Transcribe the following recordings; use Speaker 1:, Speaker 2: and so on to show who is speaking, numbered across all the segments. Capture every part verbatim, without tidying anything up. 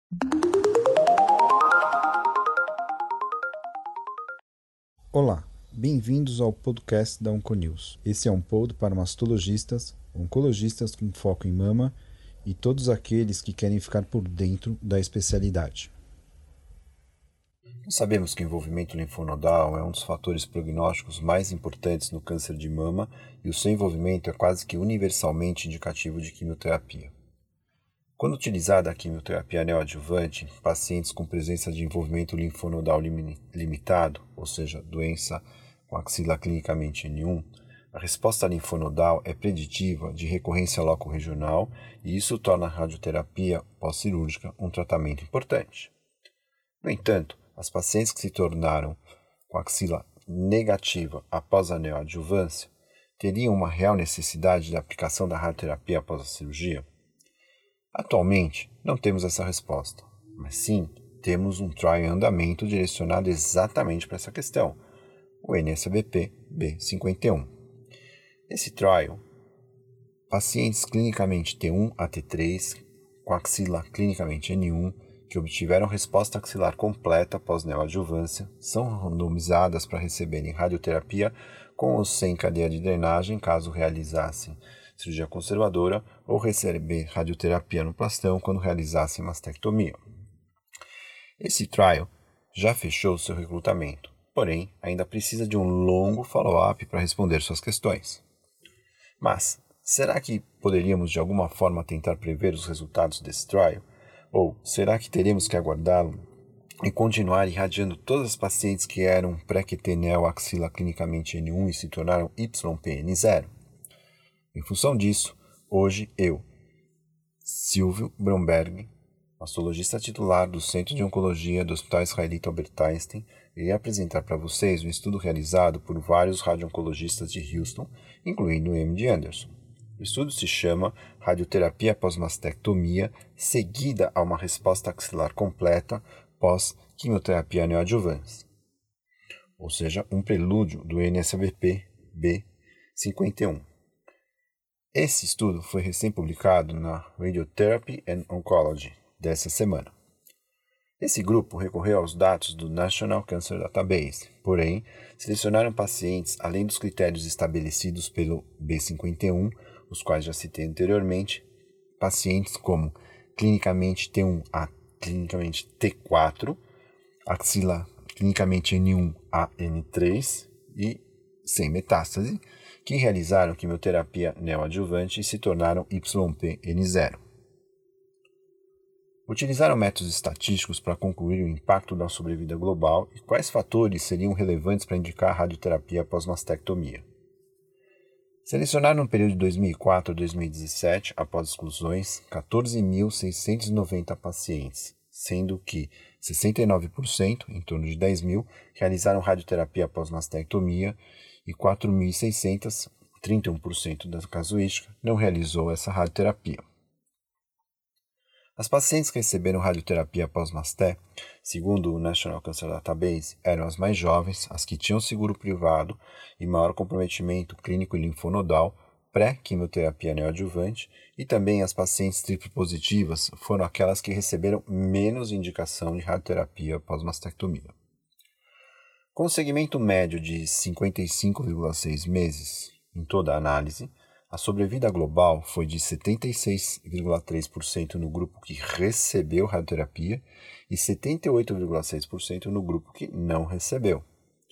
Speaker 1: Olá, bem-vindos ao podcast da Onconews. Esse é um pod para mastologistas, oncologistas com foco em mama e todos aqueles que querem ficar por dentro da especialidade.
Speaker 2: Sabemos que o envolvimento linfonodal é um dos fatores prognósticos mais importantes no câncer de mama e o seu envolvimento é quase que universalmente indicativo de quimioterapia. Quando utilizada a quimioterapia neoadjuvante em pacientes com presença de envolvimento linfonodal limitado, ou seja, doença com axila clinicamente N um, a resposta linfonodal é preditiva de recorrência loco-regional e isso torna a radioterapia pós-cirúrgica um tratamento importante. No entanto, as pacientes que se tornaram com axila negativa após a neoadjuvância teriam uma real necessidade de aplicação da radioterapia após a cirurgia? Atualmente, não temos essa resposta, mas sim temos um trial em andamento direcionado exatamente para essa questão, o N S A B P B cinquenta e um. Nesse trial, pacientes clinicamente T um a T três com axila clinicamente N um que obtiveram resposta axilar completa após neoadjuvância são randomizadas para receberem radioterapia com ou sem cadeia de drenagem caso realizassem cirurgia conservadora ou receber radioterapia no plastão quando realizassem mastectomia. Esse trial já fechou seu recrutamento, porém ainda precisa de um longo follow-up para responder suas questões. Mas, será que poderíamos de alguma forma tentar prever os resultados desse trial? Ou será que teremos que aguardá-lo e continuar irradiando todas as pacientes que eram pré-Q T neo axila clinicamente N um e se tornaram Y P N zero? Em função disso, hoje eu, Silvio Bromberg, mastologista titular do Centro de Oncologia do Hospital Israelita Albert Einstein, irei apresentar para vocês um estudo realizado por vários radio-oncologistas de Houston, incluindo o M D Anderson. O estudo se chama Radioterapia pós-mastectomia seguida a uma resposta axilar completa pós-quimioterapia neoadjuvante, ou seja, um prelúdio do N S A B P B cinquenta e um. Esse estudo foi recém-publicado na Radiotherapy and Oncology dessa semana. Esse grupo recorreu aos dados do National Cancer Database, porém, selecionaram pacientes além dos critérios estabelecidos pelo B cinquenta e um, os quais já citei anteriormente, pacientes como clinicamente T um a clinicamente T quatro, axila clinicamente N um a N três e sem metástase, que realizaram quimioterapia neoadjuvante e se tornaram Y P N zero. Utilizaram métodos estatísticos para concluir o impacto da sobrevida global e quais fatores seriam relevantes para indicar a radioterapia pós-mastectomia. Selecionaram no período de dois mil e quatro a dois mil e dezessete, após exclusões, quatorze mil seiscentos e noventa pacientes, sendo que sessenta e nove por cento, em torno de dez mil, realizaram radioterapia pós-mastectomia e quatro mil e seiscentos, trinta e um por cento da casuística, não realizou essa radioterapia. As pacientes que receberam radioterapia pós-masté, segundo o National Cancer Database, eram as mais jovens, as que tinham seguro privado e maior comprometimento clínico e linfonodal, pré-quimioterapia neoadjuvante, e também as pacientes triplo positivas foram aquelas que receberam menos indicação de radioterapia pós-mastectomia. Com um segmento médio de cinquenta e cinco vírgula seis meses em toda a análise, a sobrevida global foi de setenta e seis vírgula três por cento no grupo que recebeu radioterapia e setenta e oito vírgula seis por cento no grupo que não recebeu.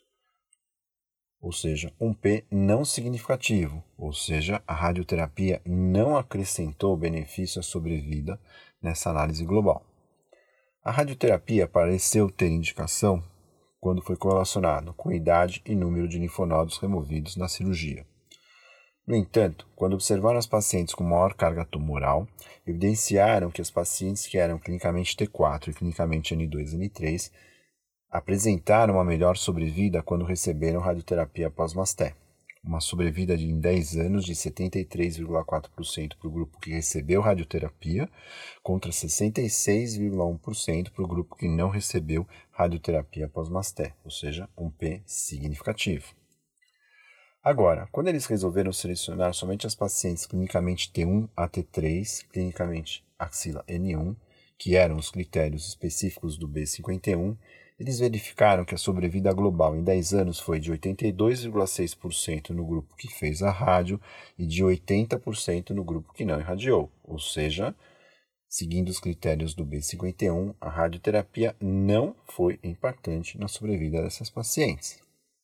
Speaker 2: Ou seja, um P não significativo, ou seja, a radioterapia não acrescentou benefício à sobrevida nessa análise global. A radioterapia pareceu ter indicação quando foi correlacionado com idade e número de linfonodos removidos na cirurgia. No entanto, quando observaram as pacientes com maior carga tumoral, evidenciaram que as pacientes que eram clinicamente T quatro e clinicamente N dois e N três apresentaram uma melhor sobrevida quando receberam radioterapia pós-masté, uma sobrevida de em dez anos de setenta e três vírgula quatro por cento para o grupo que recebeu radioterapia, contra sessenta e seis vírgula um por cento para o grupo que não recebeu radioterapia pós-masté, ou seja, um P significativo. Agora, quando eles resolveram selecionar somente as pacientes clinicamente T um a T três, clinicamente axila N um, que eram os critérios específicos do B cinquenta e um, eles verificaram que a sobrevida global em dez anos foi de oitenta e dois vírgula seis por cento no grupo que fez a rádio e de oitenta por cento no grupo que não irradiou, ou seja, seguindo os critérios do B cinquenta e um, a radioterapia não foi impactante na sobrevida dessas pacientes.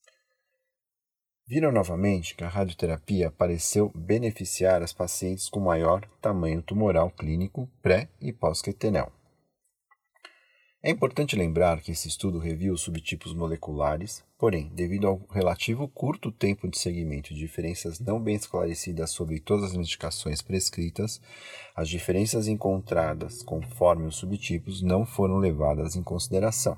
Speaker 2: Viram novamente que a radioterapia pareceu beneficiar as pacientes com maior tamanho tumoral clínico pré e pós-quetenel. É importante lembrar que esse estudo reviu os subtipos moleculares, porém, devido ao relativo curto tempo de seguimento e diferenças não bem esclarecidas sobre todas as medicações prescritas, as diferenças encontradas conforme os subtipos não foram levadas em consideração.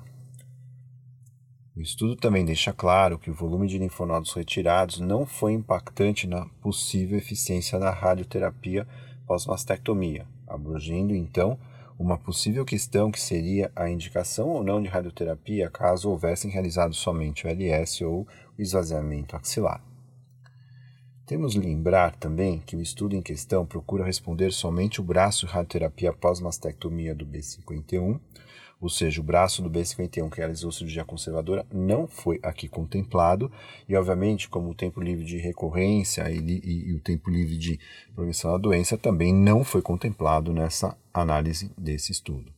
Speaker 2: O estudo também deixa claro que o volume de linfonodos retirados não foi impactante na possível eficiência da radioterapia pós-mastectomia, abrangendo, então, uma possível questão que seria a indicação ou não de radioterapia caso houvessem realizado somente o L S ou o esvaziamento axilar. Temos de lembrar também que o estudo em questão procura responder somente o braço de radioterapia pós-mastectomia do B cinquenta e um, ou seja, o braço do B cinquenta e um que realizou cirurgia conservadora não foi aqui contemplado e, obviamente, como o tempo livre de recorrência e, e, e o tempo livre de progressão da doença também não foi contemplado nessa análise desse estudo.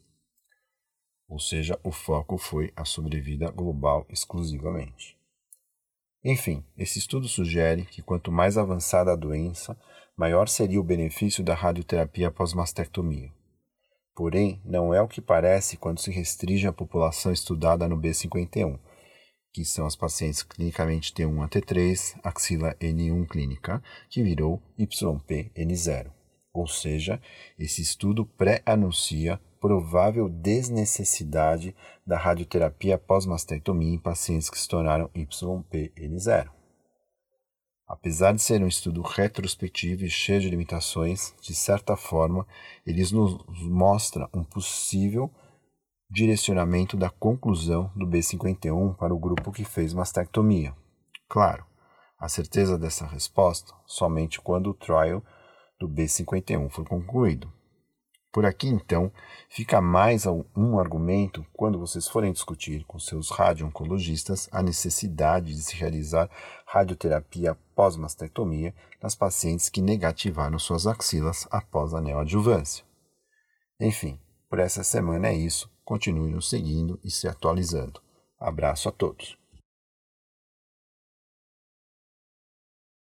Speaker 2: Ou seja, o foco foi a sobrevida global exclusivamente. Enfim, esse estudo sugere que quanto mais avançada a doença, maior seria o benefício da radioterapia pós-mastectomia. Porém, não é o que parece quando se restringe a população estudada no B cinquenta e um, que são as pacientes clinicamente T um a T três, axila N um clínica, que virou Y P N zero. Ou seja, esse estudo pré-anuncia provável desnecessidade da radioterapia pós-mastectomia em pacientes que se tornaram Y P N zero. Apesar de ser um estudo retrospectivo e cheio de limitações, de certa forma, eles nos mostram um possível direcionamento da conclusão do B cinquenta e um para o grupo que fez mastectomia. Claro, a certeza dessa resposta somente quando o trial do B cinquenta e um for concluído. Por aqui, então, fica mais um argumento quando vocês forem discutir com seus radio-oncologistas a necessidade de se realizar radioterapia pós-mastectomia nas pacientes que negativaram suas axilas após a neoadjuvância. Enfim, por essa semana é isso. Continue nos seguindo e se atualizando. Abraço a todos.